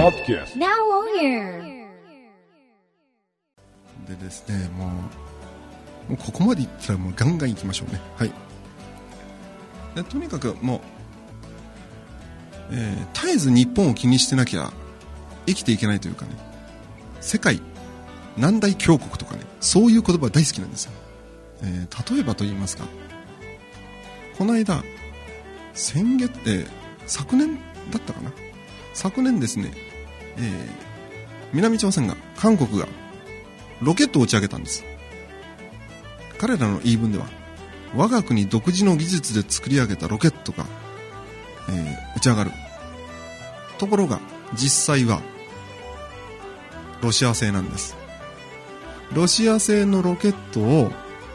Podcast Now on air. でですね、もうここまでいったらもうガンガンいきましょうね。はい。でとにかくもう、絶えず日本を気にしてなきゃ生きていけないというかね、世界南大強国とかね、そういう言葉大好きなんですよ。例えばと言いますか、この間昨年だったかな、昨年ですね、南朝鮮が、韓国がロケットを打ち上げたんです。彼らの言い分では、我が国独自の技術で作り上げたロケットが、打ち上がる。ところが実際はロシア製なんです。ロシア製のロケットを、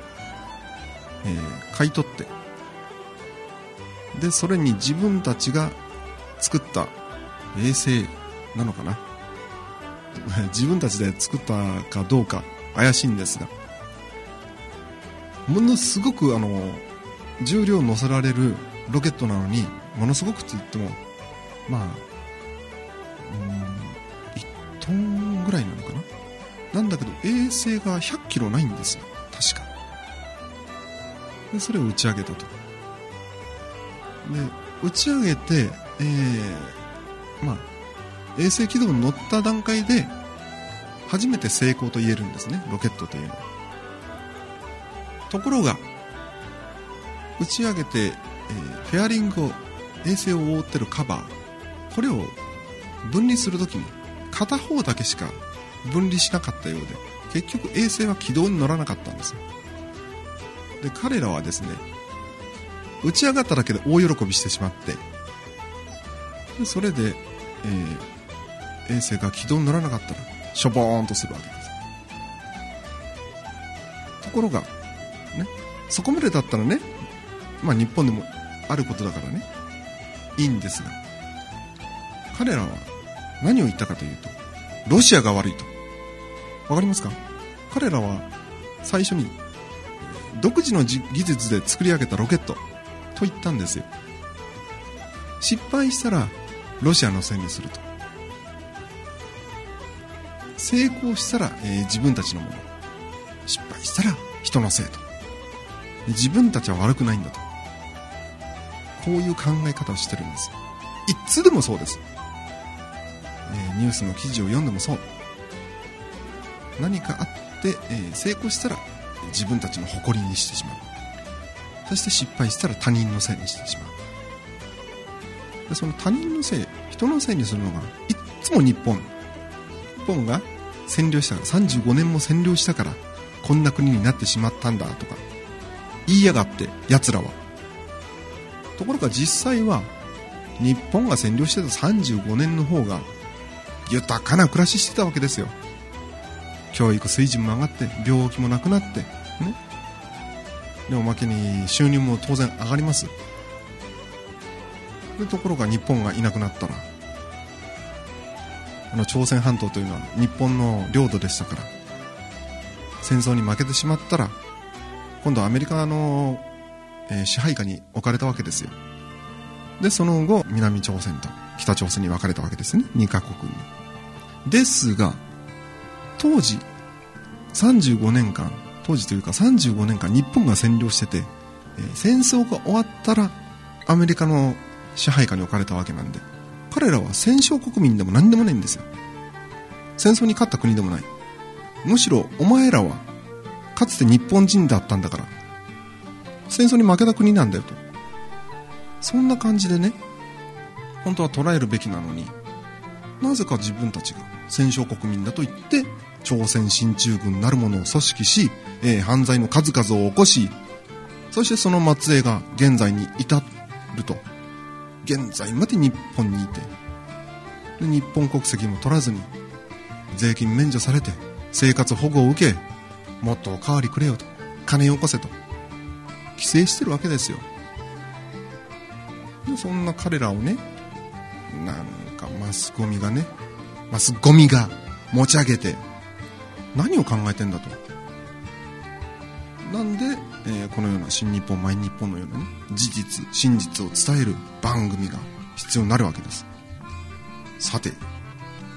買い取って、でそれに自分たちが作った衛星なのかな、自分たちで作ったかどうか怪しいんですが、ものすごく重量乗せられるロケットなのに、ものすごくと言ってもまあ1トンぐらいなのかな。なんだけど衛星が100キロないんですよ、確か。でそれを打ち上げたと。で打ち上げて、衛星軌道に乗った段階で初めて成功と言えるんですね、ロケットというのは。ところが打ち上げて、フェアリングを、衛星を覆ってるカバー、これを分離するときに片方だけしか分離しなかったようで、結局衛星は軌道に乗らなかったんですよ。で彼らはですね、打ち上がっただけで大喜びしてしまって、でそれで、衛星が軌道に乗らなかったらしょぼーんとするわけです。ところがね、そこまでだったらね、まあ日本でもあることだからね、いいんですが、彼らは何を言ったかというと、ロシアが悪いと。わかりますか？彼らは最初に独自の技術で作り上げたロケットと言ったんですよ。失敗したらロシアのせいにすると、成功したら、自分たちのもの、失敗したら人のせいと、自分たちは悪くないんだと、こういう考え方をしてるんですよ。いつでもそうです。ニュースの記事を読んでもそう。何かあって、成功したら自分たちの誇りにしてしまう。そして失敗したら他人のせいにしてしまう。でその他人のせい、人のせいにするのがいっつも日本が占領したから、35年も占領したからこんな国になってしまったんだとか言いやがって、奴らは。ところが実際は日本が占領してた35年の方が豊かな暮らししてたわけですよ。教育水準も上がって病気もなくなってね。でおまけに収入も当然上がります。でところが日本がいなくなったら、朝鮮半島というのは日本の領土でしたから、戦争に負けてしまったら今度はアメリカの、支配下に置かれたわけですよ。でその後南朝鮮と北朝鮮に分かれたわけですね、2カ国に。ですが当時35年間、当時というか35年間日本が占領してて、戦争が終わったらアメリカの支配下に置かれたわけなんで、彼らは戦勝国民でも何でもないんですよ。戦争に勝った国でもない。むしろお前らはかつて日本人だったんだから戦争に負けた国なんだよと、そんな感じでね、本当は捉えるべきなのに、なぜか自分たちが戦勝国民だと言って朝鮮進駐軍なるものを組織し、犯罪の数々を起こし、そしてその末裔が現在に至ると、現在まで日本にいて、で日本国籍も取らずに税金免除されて生活保護を受け、もっとおかわりくれよと、金よこせと規制してるわけですよ。でそんな彼らをね、なんかマスゴミが持ち上げて何を考えてんだと。なんで、このような新日本マイ日本のようなね、真実を伝える番組が必要になるわけです。さて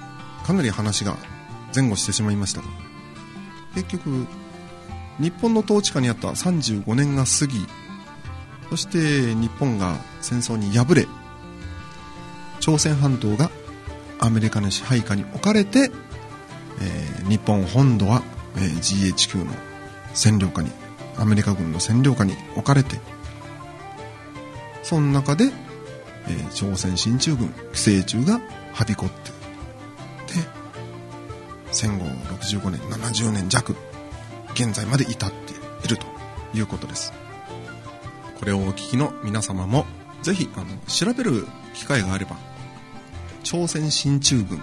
かなり話が前後してしまいましたが、結局日本の統治下にあった35年が過ぎ、そして日本が戦争に敗れ、朝鮮半島がアメリカの支配下に置かれて、日本本土は、GHQ の占領下に、アメリカ軍の占領下に置かれて、その中で、朝鮮進駐軍寄生虫がはびこって、で戦後65年70年弱現在まで至っているということです。これをお聞きの皆様もぜひ調べる機会があれば、朝鮮進駐軍、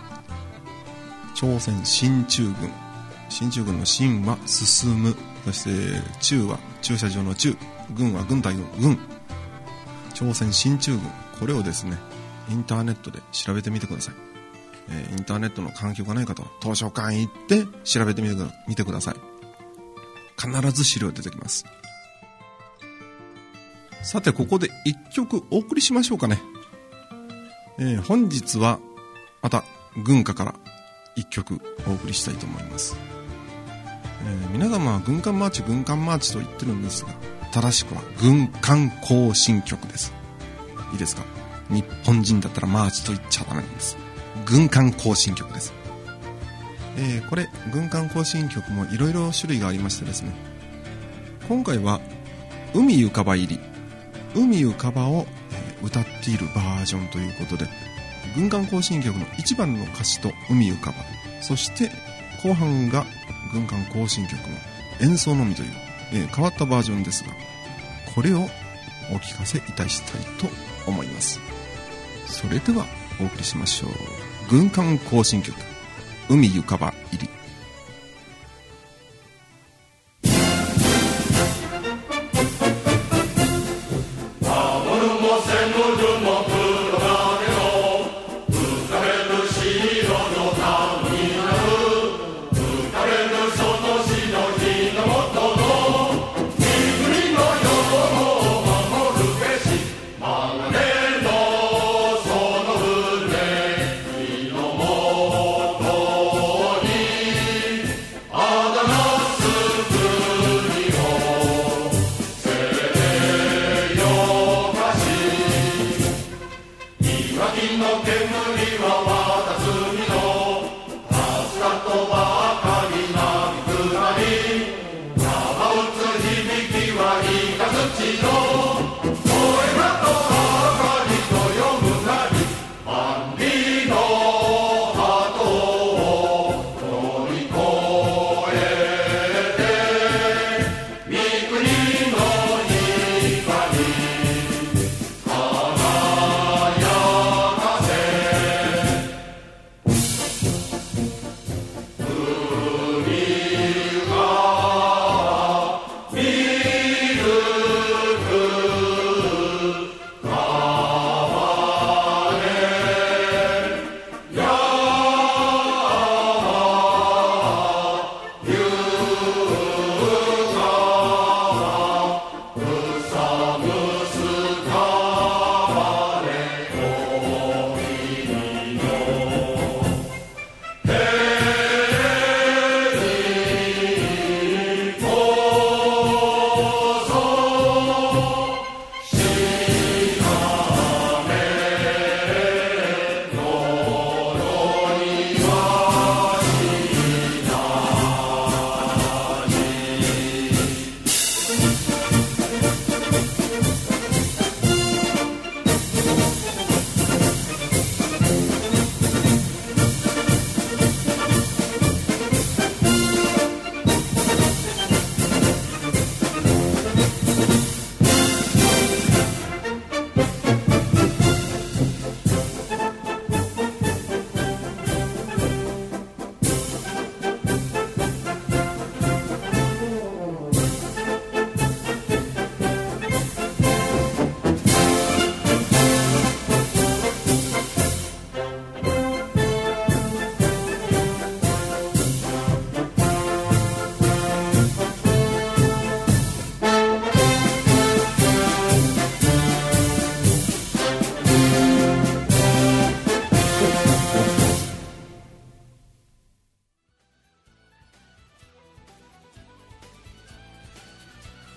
朝鮮進駐軍、進駐軍の進は進む、そして駐は駐車場の駐、軍は軍隊の軍、朝鮮進駐軍、これをですねインターネットで調べてみてください。インターネットの環境がない方は図書館行って調べてみてください。必ず資料出てきます。さてここで一曲お送りしましょうかね。本日はまた軍歌から一曲お送りしたいと思います。皆様は軍艦マーチ軍艦マーチと言ってるんですが、正しくは軍艦行進曲です。いいですか。日本人だったらマーチと言っちゃダメなんです。軍艦行進曲です。これ軍艦行進曲もいろいろ種類がありましてですね、今回は海ゆかば入り、海ゆかばを、歌っているバージョンということで、軍艦行進曲の1番の歌詞と海ゆかば、そして後半が軍艦行進曲の演奏のみという、変わったバージョンですが、これをお聞かせいたしたいと思います。それではお送りしましょう。軍艦行進曲、海ゆかば入り。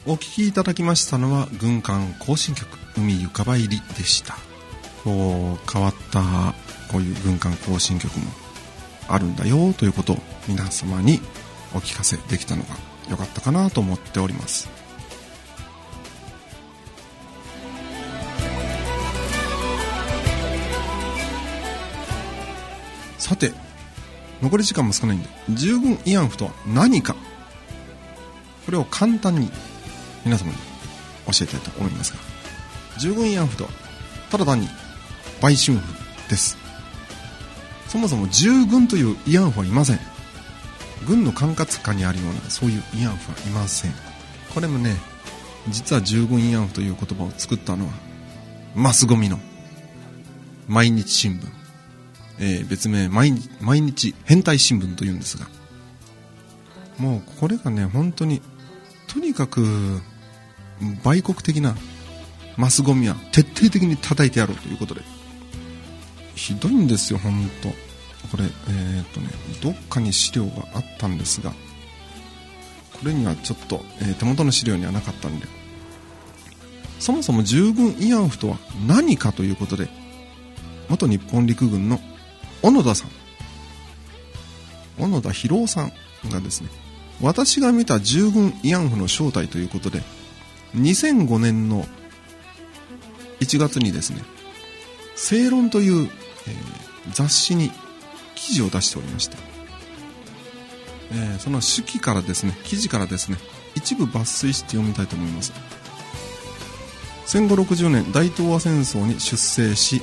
お聴きいただきましたのは軍艦行進曲海ゆかば入りでした。こう変わったこういう軍艦行進曲もあるんだよということを皆様にお聞かせできたのが良かったかなと思っております。さて残り時間も少ないんで、従軍慰安婦とは何か、これを簡単に皆様に教えたいと思いますが、従軍慰安婦とはただ単に売春婦です。そもそも従軍という慰安婦はいません。軍の管轄下にあるようなそういう慰安婦はいません。これもね、実は従軍慰安婦という言葉を作ったのはマスゴミの毎日新聞、別名毎日変態新聞というんですが、もうこれがね、本当にとにかく売国的なマスゴミは徹底的に叩いてやろうということで、ひどいんですよ本当。これどっかに資料があったんですが、これにはちょっと、手元の資料にはなかったんで、そもそも従軍慰安婦とは何かということで、元日本陸軍の小野田博夫さんがですね、私が見た従軍慰安婦の正体ということで、2005年の1月にですね、正論という、雑誌に記事を出しておりまして、その記事からですね、一部抜粋して読みたいと思います。戦後60年大東亜戦争に出征し、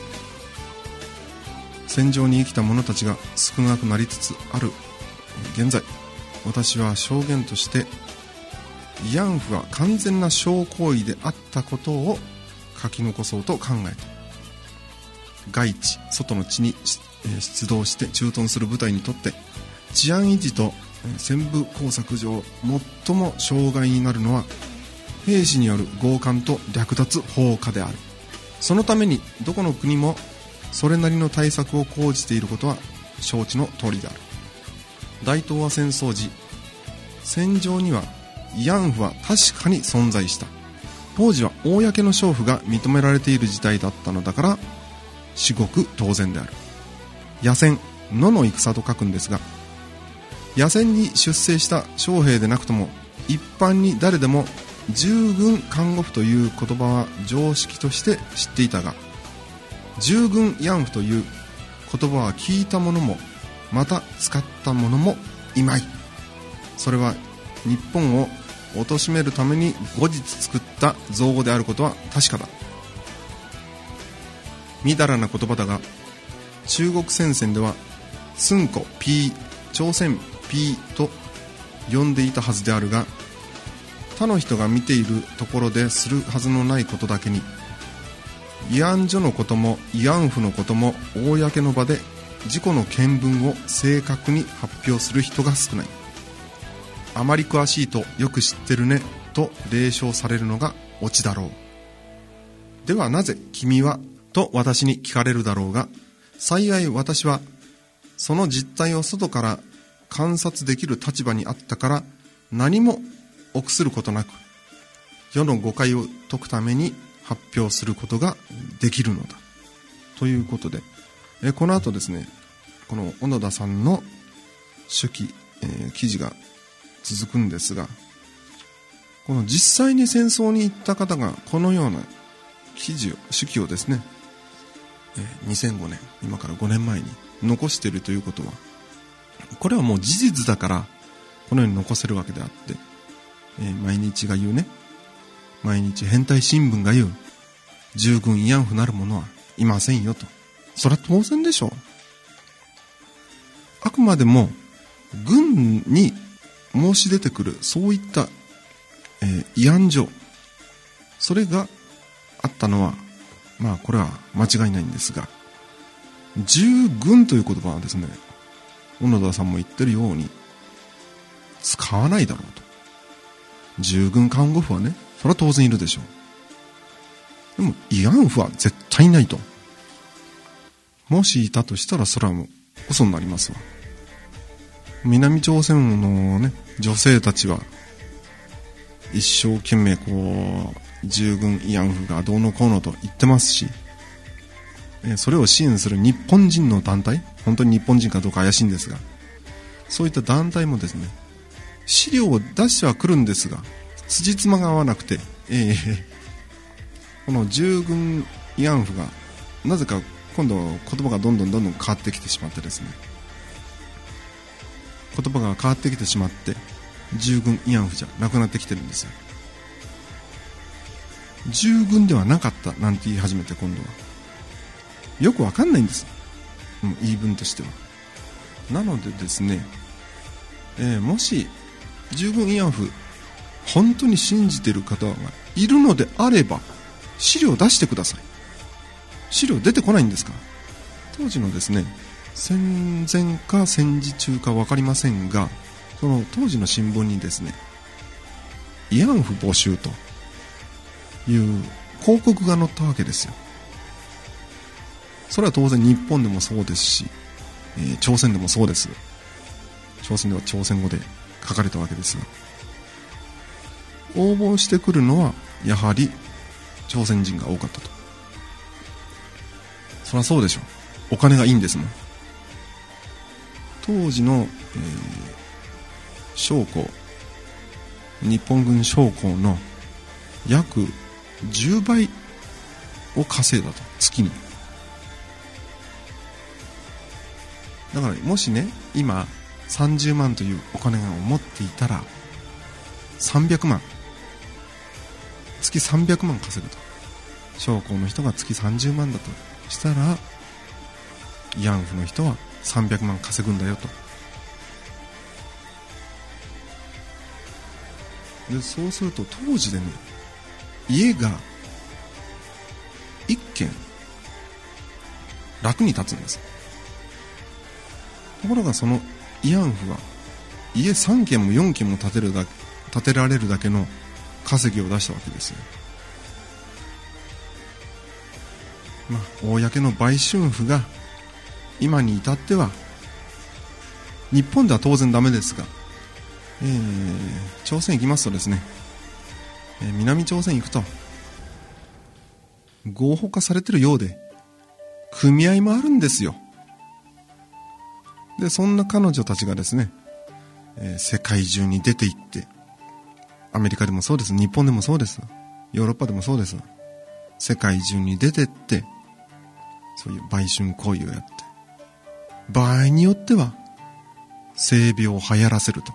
戦場に生きた者たちが少なくなりつつある現在、私は証言として慰安婦は完全な小行為であったことを書き残そうと考えて、外地外の地に出動して駐屯する部隊にとって治安維持と戦部工作上最も障害になるのは兵士による強姦と略奪放火である。そのためにどこの国もそれなりの対策を講じていることは承知の通りである。大東亜戦争時、戦場には慰安婦は確かに存在した。当時は公の娼婦が認められている時代だったのだから至極当然である。野戦、野の戦と書くんですが、野戦に出征した将兵でなくとも一般に誰でも従軍看護婦という言葉は常識として知っていたが、従軍慰安婦という言葉は聞いた者もまた使った者もいまい。それは日本を貶めるために後日作った造語であることは確かだ。みだらな言葉だが、中国戦線では寸古 P、 朝鮮 P と呼んでいたはずであるが、他の人が見ているところでするはずのないことだけに、慰安所のことも慰安婦のことも公の場で自己の見聞を正確に発表する人が少ない。あまり詳しいとよく知ってるねと冷笑されるのがオチだろう。ではなぜ君はと私に聞かれるだろうが、幸い私はその実態を外から観察できる立場にあったから、何も臆することなく世の誤解を解くために発表することができるのだということで、この後ですね、この小野田さんの手記、記事が続くんですが、この実際に戦争に行った方がこのような記事を、手記をですね、2005年、今から5年前に残しているということは、これはもう事実だからこのように残せるわけであって、毎日が言うね、毎日変態新聞が言う従軍慰安婦なる者はいませんよと。それは当然でしょう。あくまでも軍に申し出てくるそういった、慰安所、それがあったのはまあこれは間違いないんですが、従軍という言葉はですね、小野田さんも言ってるように使わないだろうと。従軍看護婦はね、それは当然いるでしょう。でも慰安婦は絶対いないと。もしいたとしたらそれはもう嘘になりますわ。南朝鮮のね、女性たちは一生懸命こう従軍慰安婦がどうのこうのと言ってますし、それを支援する日本人の団体、本当に日本人かどうか怪しいんですが、そういった団体もですね、資料を出してはくるんですが、辻褄が合わなくて、この従軍慰安婦がなぜか今度言葉がどんどん変わってきてしまってですね、言葉が変わってきてしまって従軍慰安婦じゃなくなってきてるんですよ。従軍ではなかったなんて言い始めて、今度はよくわかんないんです、言い分としては。なのでですね、もし従軍慰安婦本当に信じている方がいるのであれば資料出してください。資料出てこないんですか。当時のですね、戦前か戦時中か分かりませんが、その当時の新聞にですね、慰安婦募集という広告が載ったわけですよ。それは当然日本でもそうですし、朝鮮でもそうです。朝鮮では朝鮮語で書かれたわけですが、応募してくるのはやはり朝鮮人が多かったと。そりゃそうでしょう。お金がいいんですもん。当時の、将校、日本軍将校の約10倍を稼いだと、月に。だからもしね、今30万というお金を持っていたら300万、月300万稼ぐと。将校の人が月30万だとしたら、慰安婦の人は300万稼ぐんだよと。でそうすると当時でね、家が1軒楽に立つんです。ところがその慰安婦は家3軒も4軒も建てられるだけの稼ぎを出したわけですよ。公の売春婦が今に至っては、日本では当然ダメですが、朝鮮行きますとですね、南朝鮮行くと合法化されてるようで、組合もあるんですよ。でそんな彼女たちがですね、世界中に出て行って、アメリカでもそうです、日本でもそうです、ヨーロッパでもそうです、世界中に出てって、そういう売春行為をやって、場合によっては性病を流行らせると、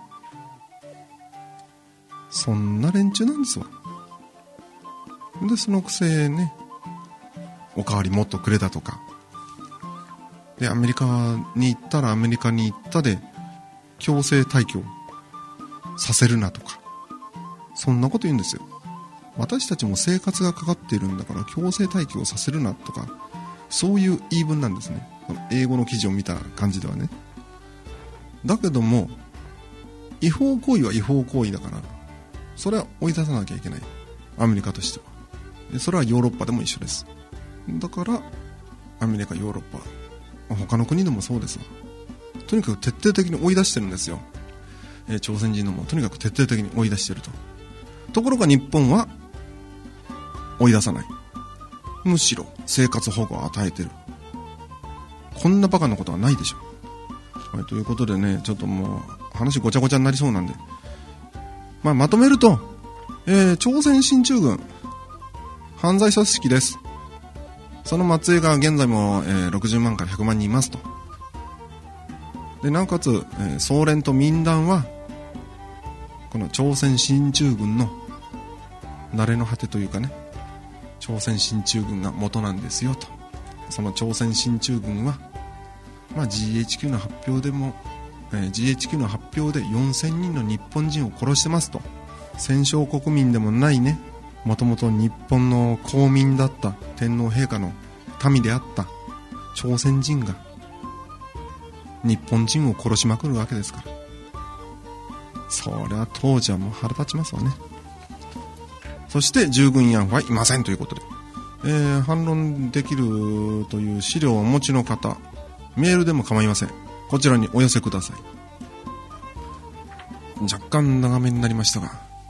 そんな連中なんですわ。でそのくせね、おかわりもっとくれだとかで、アメリカに行ったらアメリカに行ったで強制退去させるなとか、そんなこと言うんですよ。私たちも生活がかかっているんだから強制退去をさせるなとか、そういう言い分なんですね、英語の記事を見た感じではね。だけども違法行為は違法行為だから、それは追い出さなきゃいけない、アメリカとしては。でそれはヨーロッパでも一緒です。だからアメリカ、ヨーロッパ、他の国でもそうですわ。とにかく徹底的に追い出してるんですよ。朝鮮人のもとにかく徹底的に追い出してると。ところが日本は追い出さない、むしろ生活保護を与えてる。こんなバカなことはないでしょ。ということでね、ちょっともう話ごちゃごちゃになりそうなんで、まとめると、朝鮮進駐軍犯罪組織です。その末裔が現在も、60万から100万人いますと。でなおかつ、総連と民団はこの朝鮮進駐軍の慣れの果てというかね、朝鮮進駐軍が元なんですよと。その朝鮮進駐軍は、GHQ の発表でも、GHQ の発表で4000人の日本人を殺してますと。戦勝国民でもないね、もともと日本の公民だった天皇陛下の民であった朝鮮人が日本人を殺しまくるわけですから、そりゃ当時はもう腹立ちますわね。そして従軍慰安婦はいませんということで、反論できるという資料をお持ちの方、メールでも構いません、こちらにお寄せください。若干長めになりましたが、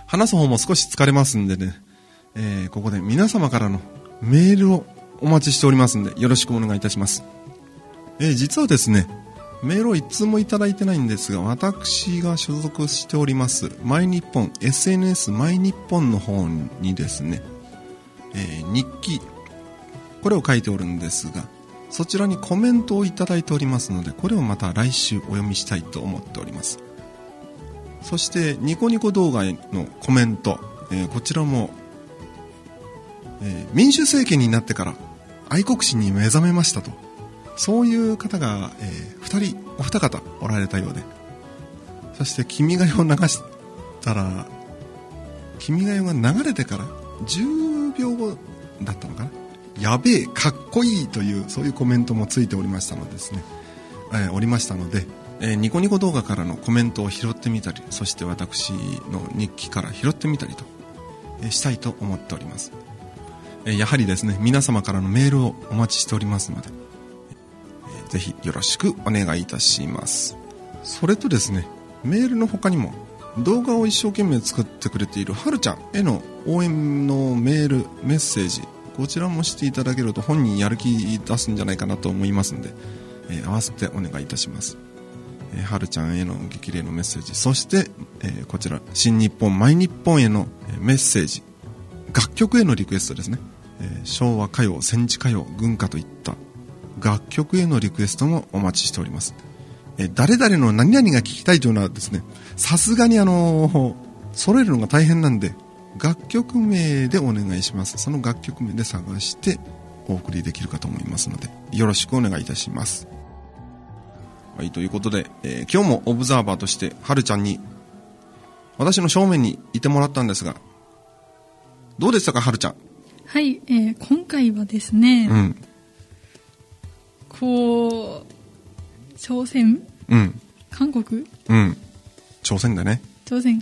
話す方も少し疲れますんでね、ここで皆様からのメールをお待ちしておりますんで、よろしくお願いいたします。実はですね、メールを一通もいただいてないんですが、私が所属しておりますマイニッポン SNS マイニッポンの方にですね、日記これを書いておるんですが、そちらにコメントをいただいておりますので、これをまた来週お読みしたいと思っております。そしてニコニコ動画へのコメント、こちらも、民主政権になってから愛国心に目覚めましたと、そういう方が、お二方おられたようで、そして君が代を流したら、君が代が流れてから10秒後だったのかな、やべえかっこいいという、そういうコメントもついておりましたのですね、ニコニコ動画からのコメントを拾ってみたり、そして私の日記から拾ってみたりと、したいと思っております。やはりですね、皆様からのメールをお待ちしておりますので、ぜひよろしくお願いいたします。それとですね、メールの他にも動画を一生懸命作ってくれているはるちゃんへの応援のメールメッセージ、こちらもしていただけると本人やる気出すんじゃないかなと思いますので、合わせてお願いいたします。はるちゃんへの激励のメッセージ、そして、こちら新日本マイ日本へのメッセージ、楽曲へのリクエストですね、昭和歌謡、戦時歌謡、軍歌といった楽曲へのリクエストもお待ちしております。誰々の何々が聞きたいというのはですね、さすがに揃えるのが大変なんで、楽曲名でお願いします。その楽曲名で探してお送りできるかと思いますので、よろしくお願いいたします。はい、ということで、今日もオブザーバーとしてはるちゃんに私の正面にいてもらったんですが、どうでしたか、はるちゃん。 はい、今回はですね、朝鮮、韓国、 朝鮮だね。 朝鮮、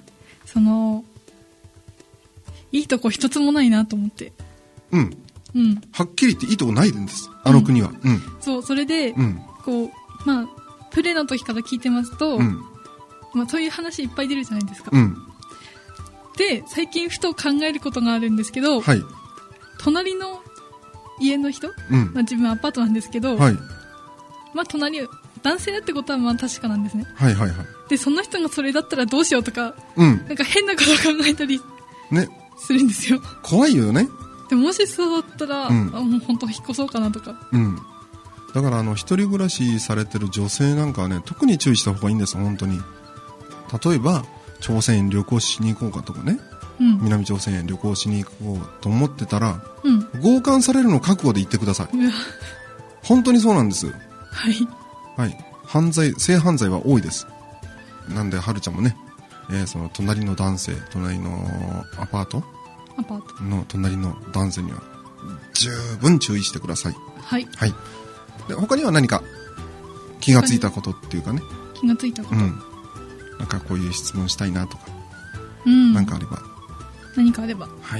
いいとこ一つもないなと思って。 はっきり言っていいとこないんです、あの国は。 そう、それで、プレの時から聞いてますと、そういう話いっぱい出るじゃないですか。で、最近ふと考えることがあるんですけど、 はい、 隣の家の人、自分アパートなんですけど、隣、男性だってことは確かなんですね。で、その人がそれだったらどうしようとか、なんか変なことを考えたりするんですよ。 怖いよね。 でもしそうだったら、もう本当引っ越そうかなとか。 だから一人暮らしされてる女性なんかはね、特に注意した方がいいんです、本当に。例えば朝鮮へ旅行しに行こうかとかね、南朝鮮へ旅行しに行こうと思ってたら、強姦されるのを覚悟で行ってください。本当にそうなんです。はい、性犯罪は多いです。なんではるちゃんもね、その隣の男性、隣のアパートの隣の男性には十分注意してください。で、他には何か気がついたことっていうかね、 気がついたこと、 なんかこういう質問したいなとか、何かあれば。はい。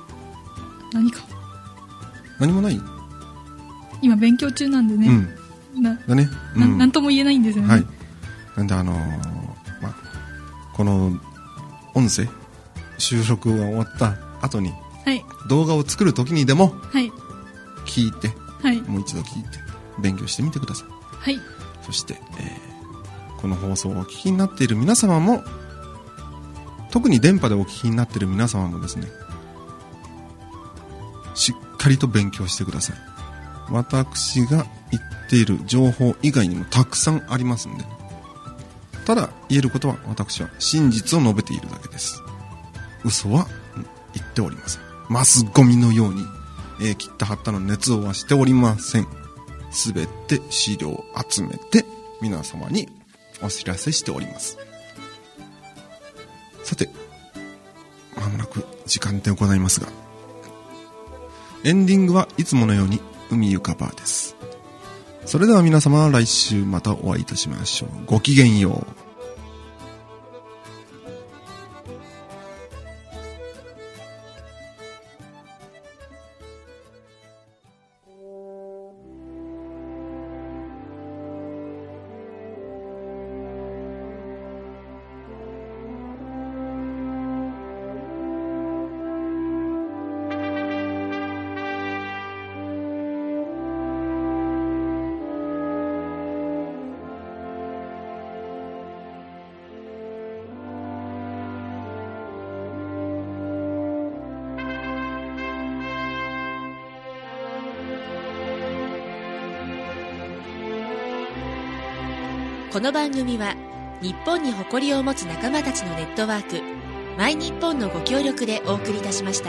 何もない。 今勉強中なんでね。 だね。 なんとも言えないんですよね。 なんでこの音声収録が終わった後に、動画を作る時にでも聞いて、もう一度聞いて勉強してみてください。そして、この放送をお聞きになっている皆様も、特に電波でお聞きになっている皆様もですね、しっかりと勉強してください。私が言っている情報以外にもたくさんありますんで、ただ言えることは、私は真実を述べているだけです。嘘は言っておりません。マスゴミのように、切った貼ったの捏造はしておりません。すべて資料を集めて皆様にお知らせしております。さて、まもなく時間でございますが、エンディングはいつものように海ゆかバーです。それでは皆様、来週またお会いいたしましょう。ごきげんよう。 この番組は日本に誇りを持つ仲間たちのネットワーク、マイ日本のご協力でお送りいたしました。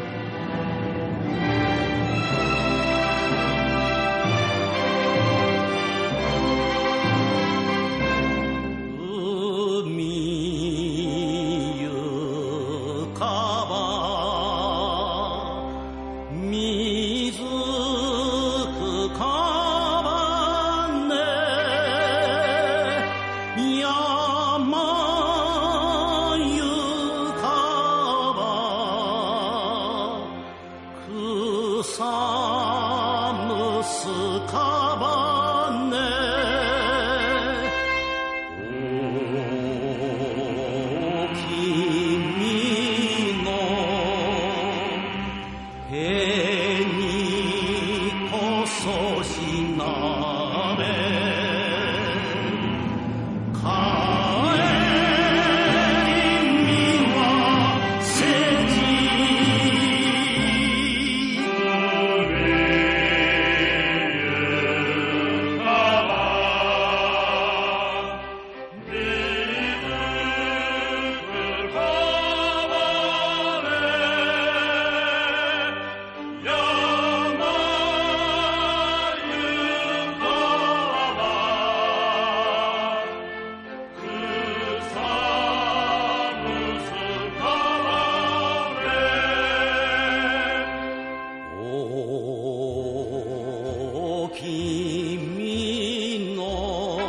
君の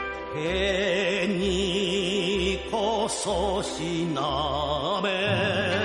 手にこそしなべ